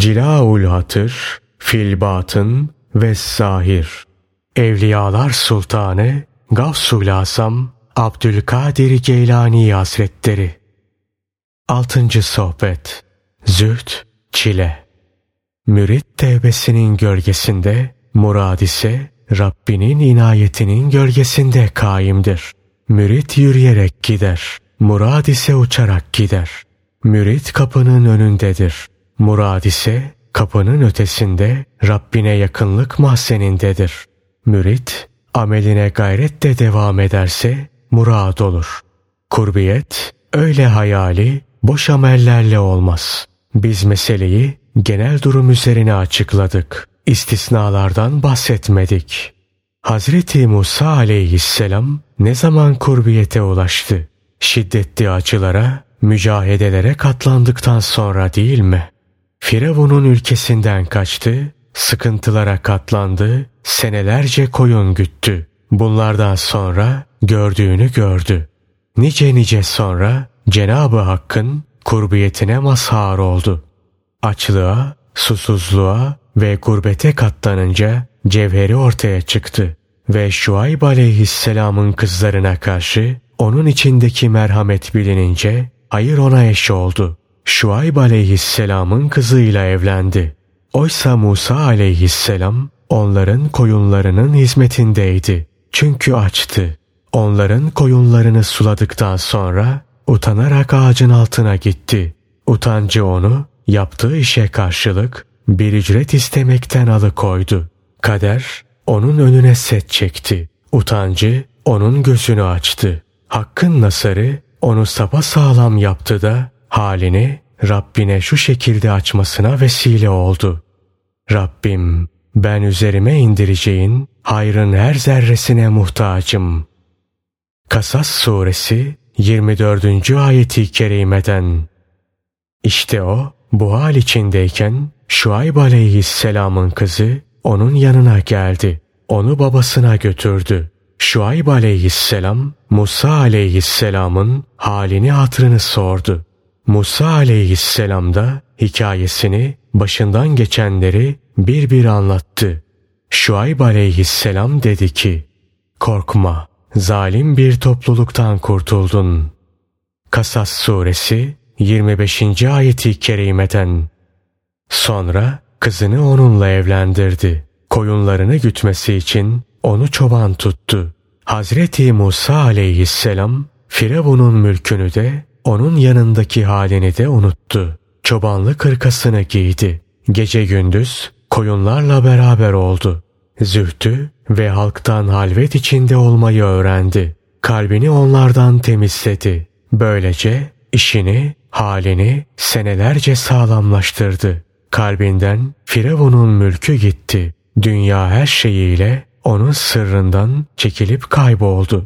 Cilaul Hatır, Fil Batın ve Zahir. Evliyalar Sultanı Gavsul Azam Abdülkadir Geylani Hazretleri. 6. Sohbet. Zühd, çile. Mürit tevbesinin gölgesinde, murad ise Rabbinin inayetinin gölgesinde kaimdir. Mürit yürüyerek gider, murad ise uçarak gider. Mürit kapının önündedir, murad ise kapının ötesinde Rabbine yakınlık mahzenindedir. Mürit ameline gayretle devam ederse murad olur. Kurbiyet öyle hayali boş amellerle olmaz. Biz meseleyi genel durum üzerine açıkladık. İstisnalardan bahsetmedik. Hazreti Musa aleyhisselam ne zaman kurbiyete ulaştı? Şiddetli acılara, mücahedelere katlandıktan sonra değil mi? Firavun'un ülkesinden kaçtı, sıkıntılara katlandı, senelerce koyun güttü. Bunlardan sonra gördüğünü gördü. Nice sonra Cenab-ı Hakk'ın kurbiyetine mazhar oldu. Açlığa, susuzluğa ve gurbete katlanınca cevheri ortaya çıktı ve Şuayb aleyhisselamın kızlarına karşı onun içindeki merhamet bilinince hayır ona eş oldu. Şuayb aleyhisselamın kızıyla evlendi. Oysa Musa aleyhisselam onların koyunlarının hizmetindeydi. Çünkü açtı. Onların koyunlarını suladıktan sonra utanarak ağacın altına gitti. Utancı onu yaptığı işe karşılık bir ücret istemekten alıkoydu. Kader onun önüne set çekti. Utancı onun gözünü açtı. Hakkın nasarı onu sapasağlam yaptı da halini Rabbine şu şekilde açmasına vesile oldu. Rabbim, ben üzerime indireceğin hayrın her zerresine muhtacım. Kasas suresi 24. ayeti kerimeden. İşte o bu hal içindeyken Şuayb aleyhisselamın kızı onun yanına geldi. Onu babasına götürdü. Şuayb aleyhisselam Musa aleyhisselamın halini hatırını sordu. Musa aleyhisselam da hikayesini, başından geçenleri bir anlattı. Şuayb aleyhisselam dedi ki, korkma, zalim bir topluluktan kurtuldun. Kasas suresi 25. ayeti kerimeden. Sonra kızını onunla evlendirdi. Koyunlarını gütmesi için onu çoban tuttu. Hazreti Musa aleyhisselam Firavun'un mülkünü de onun yanındaki halini de unuttu. Çobanlık hırkasını giydi. Gece gündüz koyunlarla beraber oldu. Zühdü ve halktan halvet içinde olmayı öğrendi. Kalbini onlardan temizledi. Böylece işini, halini senelerce sağlamlaştırdı. Kalbinden Firavun'un mülkü gitti. Dünya her şeyiyle onun sırrından çekilip kayboldu.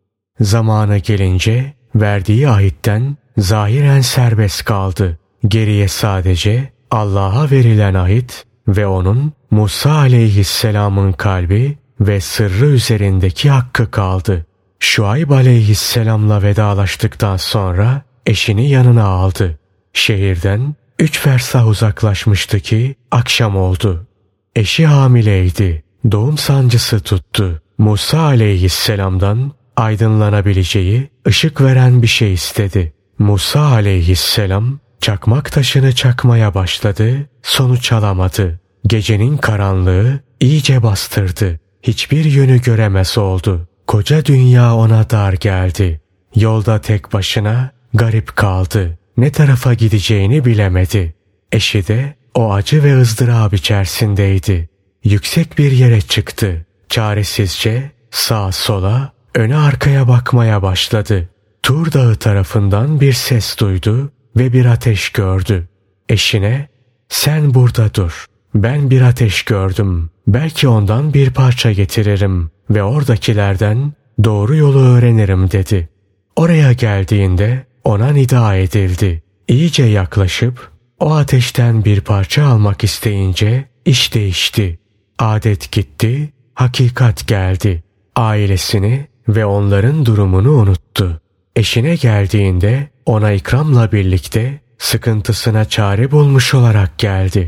Zamanı gelince verdiği ahitten zahiren serbest kaldı. Geriye sadece Allah'a verilen ahit ve onun Musa aleyhisselamın kalbi ve sırrı üzerindeki hakkı kaldı. Şuayb aleyhisselamla vedalaştıktan sonra eşini yanına aldı. Şehirden 3 fersah uzaklaşmıştı ki akşam oldu. Eşi hamileydi. Doğum sancısı tuttu. Musa aleyhisselamdan aydınlanabileceği, ışık veren bir şey istedi. Musa aleyhisselam çakmak taşını çakmaya başladı, sonuç alamadı. Gecenin karanlığı iyice bastırdı. Hiçbir yönü göremez oldu. Koca dünya ona dar geldi. Yolda tek başına garip kaldı. Ne tarafa gideceğini bilemedi. Eşi de o acı ve ızdırap içerisindeydi. Yüksek bir yere çıktı. Çaresizce sağa sola, öne arkaya bakmaya başladı. Tur Dağı tarafından bir ses duydu ve bir ateş gördü. Eşine, sen burada dur. Ben bir ateş gördüm. Belki ondan bir parça getiririm ve oradakilerden doğru yolu öğrenirim dedi. Oraya geldiğinde ona nida edildi. İyice yaklaşıp o ateşten bir parça almak isteyince iş değişti. Adet gitti, hakikat geldi. Ailesini ve onların durumunu unuttu. Eşine geldiğinde ona ikramla birlikte sıkıntısına çare bulmuş olarak geldi.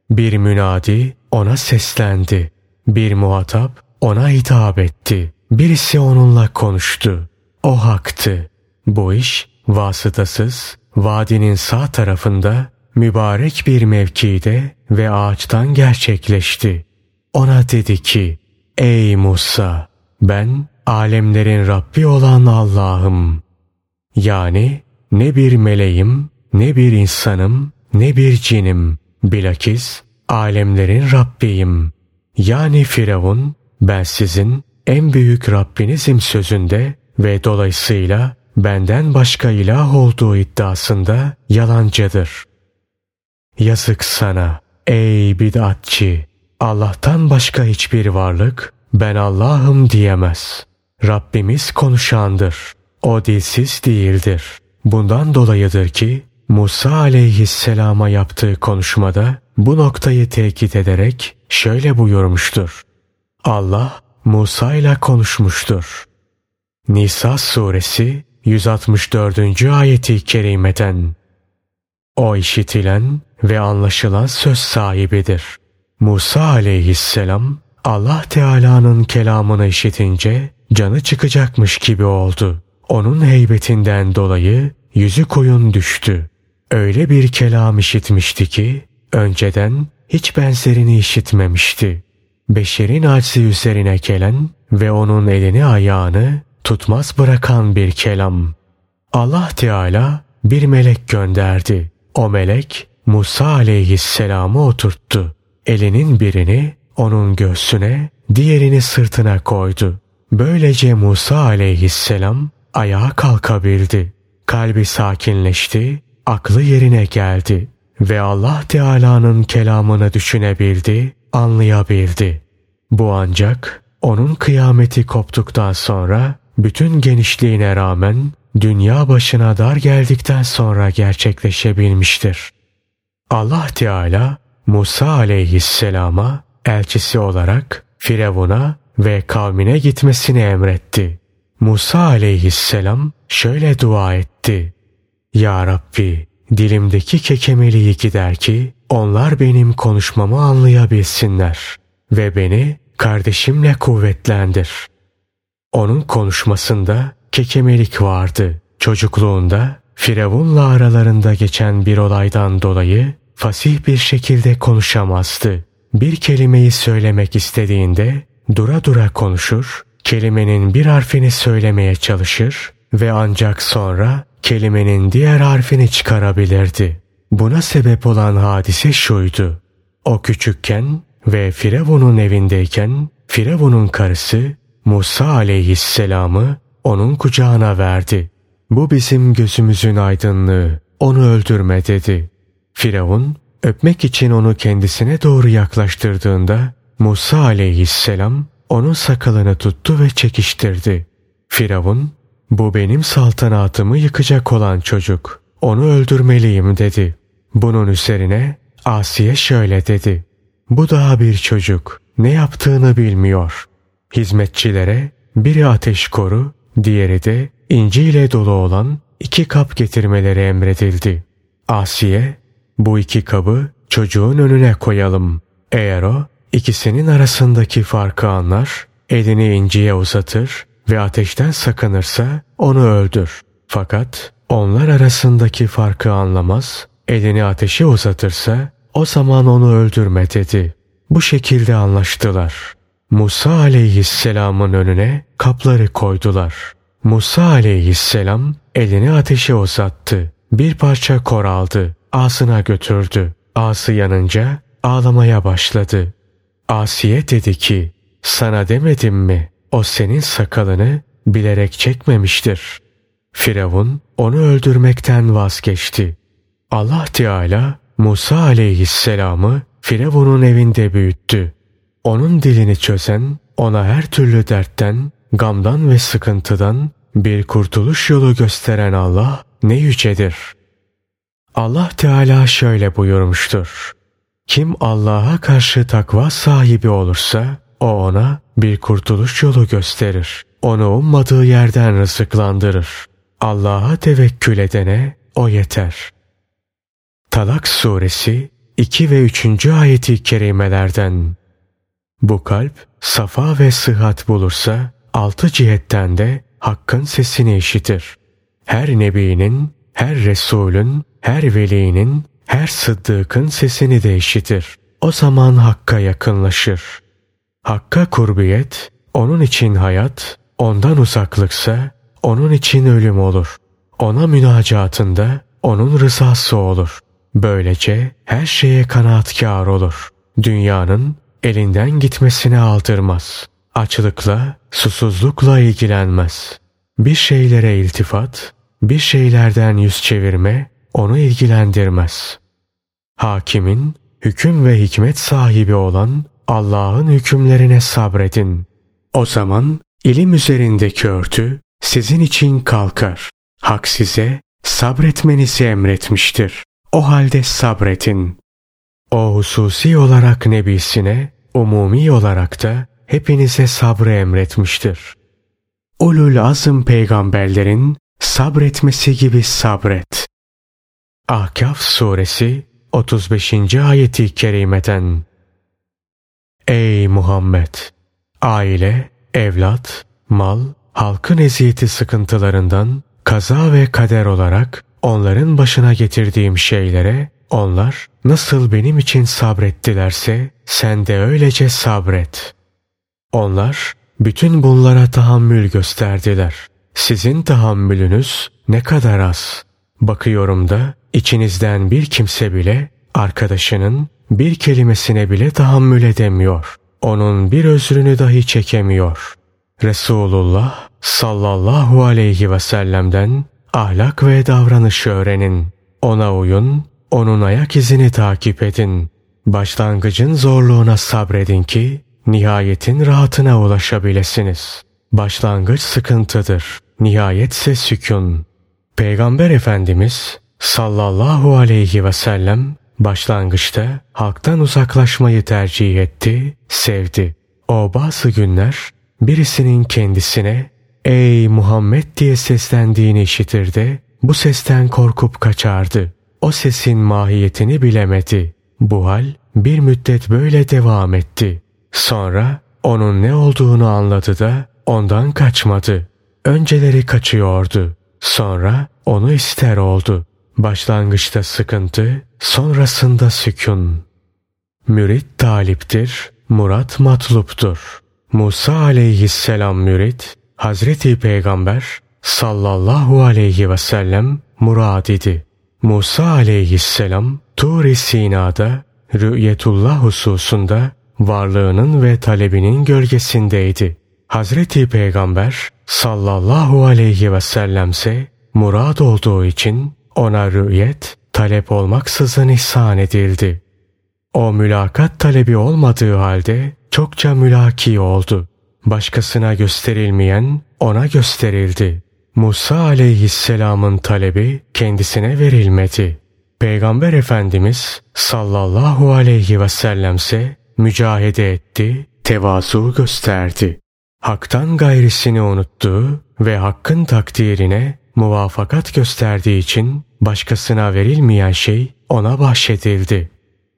Bir münadi ona seslendi. Bir muhatap ona hitap etti. Birisi onunla konuştu. O haktı. Bu iş vasıtasız, vadinin sağ tarafında mübarek bir mevkide ve ağaçtan gerçekleşti. Ona dedi ki, ey Musa, ben alemlerin Rabbi olan Allah'ım. Yani ne bir meleğim, ne bir insanım, ne bir cinim. Bilakis alemlerin Rabbiyim. Yani Firavun, ben sizin en büyük Rabbinizim sözünde ve dolayısıyla benden başka ilah olduğu iddiasında yalancıdır. Yazık sana ey bid'atçı! Allah'tan başka hiçbir varlık ben Allah'ım diyemez. Rabbimiz konuşandır. O dilsiz değildir. Bundan dolayıdır ki Musa aleyhisselama yaptığı konuşmada bu noktayı tekit ederek şöyle buyurmuştur. Allah Musa ile konuşmuştur. Nisa suresi 164. ayeti kerimeden. O işitilen ve anlaşılan söz sahibidir. Musa aleyhisselam Allah Teala'nın kelamını işitince canı çıkacakmış gibi oldu. Onun heybetinden dolayı yüzü koyun düştü. Öyle bir kelam işitmişti ki önceden hiç benzerini işitmemişti. Beşerin aczi üzerine gelen ve onun elini ayağını tutmaz bırakan bir kelam. Allah Teala bir melek gönderdi. O melek Musa aleyhisselamı oturttu. Elinin birini onun göğsüne, diğerini sırtına koydu. Böylece Musa aleyhisselam ayağa kalkabildi. Kalbi sakinleşti, aklı yerine geldi ve Allah Teala'nın kelamını düşünebildi, anlayabildi. Bu ancak onun kıyameti koptuktan sonra bütün genişliğine rağmen dünya başına dar geldikten sonra gerçekleşebilmiştir. Allah Teala Musa aleyhisselama elçisi olarak Firavun'a ve kavmine gitmesini emretti. Musa aleyhisselam şöyle dua etti. Ya Rabbi, dilimdeki kekemeliği gider ki onlar benim konuşmamı anlayabilsinler ve beni kardeşimle kuvvetlendir. Onun konuşmasında kekemelik vardı. Çocukluğunda Firavun'la aralarında geçen bir olaydan dolayı fasih bir şekilde konuşamazdı. Bir kelimeyi söylemek istediğinde dura dura konuşur, kelimenin bir harfini söylemeye çalışır ve ancak sonra kelimenin diğer harfini çıkarabilirdi. Buna sebep olan hadise şuydu. O küçükken ve Firavun'un evindeyken Firavun'un karısı Musa aleyhisselamı onun kucağına verdi. Bu bizim gözümüzün aydınlığı, onu öldürme dedi. Firavun öpmek için onu kendisine doğru yaklaştırdığında Musa aleyhisselam onun sakalını tuttu ve çekiştirdi. Firavun, bu benim saltanatımı yıkacak olan çocuk, onu öldürmeliyim dedi. Bunun üzerine Asiye şöyle dedi. Bu daha bir çocuk, ne yaptığını bilmiyor. Hizmetçilere biri ateş koru, diğeri de inci ile dolu olan 2 kap getirmeleri emredildi. Asiye, bu 2 kabı çocuğun önüne koyalım. Eğer o ikisinin arasındaki farkı anlar, elini inciye uzatır ve ateşten sakınırsa onu öldür. Fakat onlar arasındaki farkı anlamaz, elini ateşe uzatırsa o zaman onu öldürme dedi. Bu şekilde anlaştılar. Musa aleyhisselamın önüne kapları koydular. Musa aleyhisselam elini ateşe uzattı. Bir parça kor aldı, ağzına götürdü. Ağzı yanınca ağlamaya başladı. Asiye dedi ki, sana demedim mi? O senin sakalını bilerek çekmemiştir. Firavun onu öldürmekten vazgeçti. Allah Teala Musa aleyhisselamı Firavun'un evinde büyüttü. Onun dilini çözen, ona her türlü dertten, gamdan ve sıkıntıdan bir kurtuluş yolu gösteren Allah ne yücedir. Allah Teala şöyle buyurmuştur. Kim Allah'a karşı takva sahibi olursa o ona bir kurtuluş yolu gösterir. Onu ummadığı yerden rızıklandırır. Allah'a tevekkül edene o yeter. Talak suresi 2 ve 3. ayeti kerimelerden. Bu kalp safa ve sıhhat bulursa 6 cihetten de Hakk'ın sesini işitir. Her nebinin, her resulün, her velinin, her sıddıkın sesini de işitir. O zaman Hakk'a yakınlaşır. Hakk'a kurbiyet, onun için hayat, ondan uzaklıksa onun için ölüm olur. Ona münacatında onun rızası olur. Böylece her şeye kanaatkâr olur. Dünyanın elinden gitmesine aldırmaz. Açlıkla, susuzlukla ilgilenmez. Bir şeylere iltifat, bir şeylerden yüz çevirme onu ilgilendirmez. Hakimin, hüküm ve hikmet sahibi olan Allah'ın hükümlerine sabredin. O zaman ilim üzerindeki örtü sizin için kalkar. Hak size sabretmenizi emretmiştir. O halde sabretin. O hususi olarak nebisine, umumi olarak da hepinize sabrı emretmiştir. Ulul azm peygamberlerin sabretmesi gibi sabret. Ahkaf suresi 35. ayeti kerimeden. Ey Muhammed! Aile, evlat, mal, halkın eziyeti sıkıntılarından kaza ve kader olarak onların başına getirdiğim şeylere onlar nasıl benim için sabrettilerse sen de öylece sabret. Onlar bütün bunlara tahammül gösterdiler. Sizin tahammülünüz ne kadar az. Bakıyorum da içinizden bir kimse bile arkadaşının bir kelimesine bile tahammül edemiyor. Onun bir özrünü dahi çekemiyor. Resulullah sallallahu aleyhi ve sellem'den ahlak ve davranışı öğrenin. Ona uyun, onun ayak izini takip edin. Başlangıcın zorluğuna sabredin ki nihayetin rahatına ulaşabilirsiniz. Başlangıç sıkıntıdır, nihayetse sükun. Peygamber Efendimiz sallallahu aleyhi ve sellem başlangıçta halktan uzaklaşmayı tercih etti, sevdi. O bazı günler birisinin kendisine "Ey Muhammed" diye seslendiğini işitir de bu sesten korkup kaçardı. O sesin mahiyetini bilemedi. Bu hal bir müddet böyle devam etti. Sonra onun ne olduğunu anladı da ondan kaçmadı. Önceleri kaçıyordu. Sonra onu ister oldu. Başlangıçta sıkıntı, sonrasında sükun. Mürit taliptir, murat matluptur. Musa aleyhisselam mürit, Hazreti Peygamber sallallahu aleyhi ve sellem murad idi. Musa aleyhisselam Tur-i Sina'da rü'yetullah hususunda varlığının ve talebinin gölgesindeydi. Hazreti Peygamber sallallahu aleyhi ve sellemse murad olduğu için ona rü'yet talep olmaksızın ihsan edildi. O mülakat talebi olmadığı halde çokça mülaki oldu. Başkasına gösterilmeyen ona gösterildi. Musa aleyhisselamın talebi kendisine verilmedi. Peygamber Efendimiz sallallahu aleyhi ve sellemse mücahede etti, tevazu gösterdi. Hak'tan gayrisini unuttuğu ve Hakk'ın takdirine muvafakat gösterdiği için başkasına verilmeyen şey ona bahşedildi.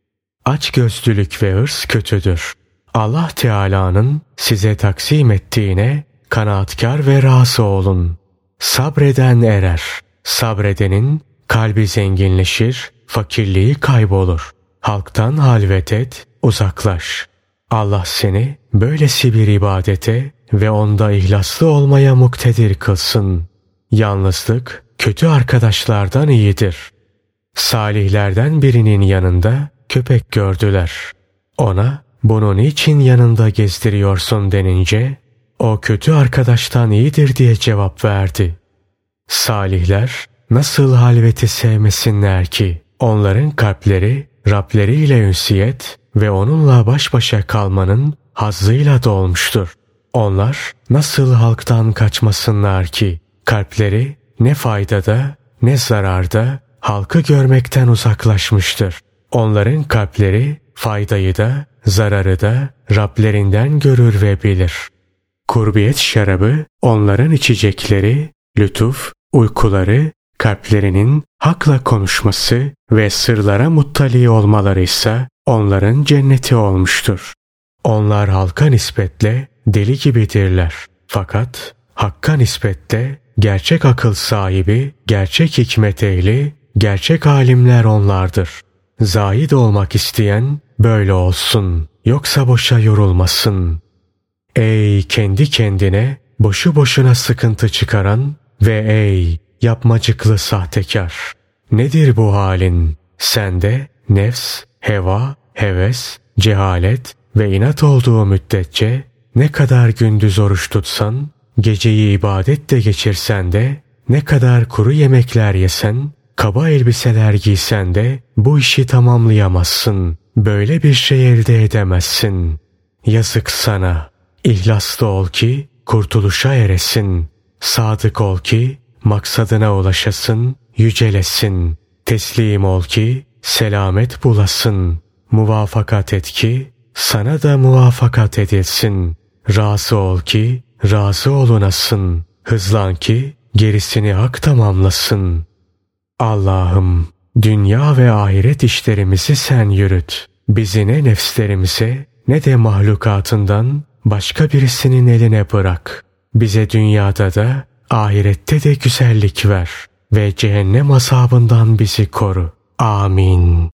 Açgözlülük ve hırs kötüdür. Allah Teala'nın size taksim ettiğine kanaatkar ve razı olun. Sabreden erer. Sabredenin kalbi zenginleşir, fakirliği kaybolur. Halktan halvet et, uzaklaş. Allah seni böylesi bir ibadete ve onda ihlaslı olmaya muktedir kılsın. Yalnızlık kötü arkadaşlardan iyidir. Salihlerden birinin yanında köpek gördüler. Ona "Bunu niçin yanında gezdiriyorsun?" denince o kötü arkadaştan iyidir diye cevap verdi. Salihler nasıl halveti sevmesinler ki? Onların kalpleri Rableriyle ünsiyet ve onunla baş başa kalmanın hazzıyla dolmuştur. Onlar nasıl halktan kaçmasınlar ki? Kalpleri ne faydada ne zararda halkı görmekten uzaklaşmıştır. Onların kalpleri faydayı da zararı da Rablerinden görür ve bilir. Kurbiyet şarabı onların içecekleri, lütuf, uykuları, Kalplerinin hakla konuşması ve sırlara muttali olmaları ise onların cenneti olmuştur. Onlar halka nispetle deli gibidirler. Fakat hakka nispetle gerçek akıl sahibi, gerçek hikmet ehli, gerçek alimler onlardır. Zahid olmak isteyen böyle olsun, yoksa boşa yorulmasın. Ey kendi kendine boşu boşuna sıkıntı çıkaran ve ey yapmacıklı sahtekar! Nedir bu halin? Sende nefs, heva, heves, cehalet ve inat olduğu müddetçe ne kadar gündüz oruç tutsan, geceyi ibadetle geçirsen de, ne kadar kuru yemekler yesen, kaba elbiseler giysen de bu işi tamamlayamazsın. Böyle bir şey elde edemezsin. Yazık sana. İhlaslı ol ki kurtuluşa eresin. Sadık ol ki maksadına ulaşasın, yücelesin. Teslim ol ki selamet bulasın. Muvafakat et ki sana da muvafakat edilsin. Razı ol ki razı olunasın. Hızlan ki gerisini hak tamamlasın. Allah'ım, dünya ve ahiret işlerimizi sen yürüt. Bizi ne nefslerimize ne de mahlukatından başka birisinin eline bırak. Bize dünyada da ahirette de güzellik ver ve cehennem azabından bizi koru. Amin.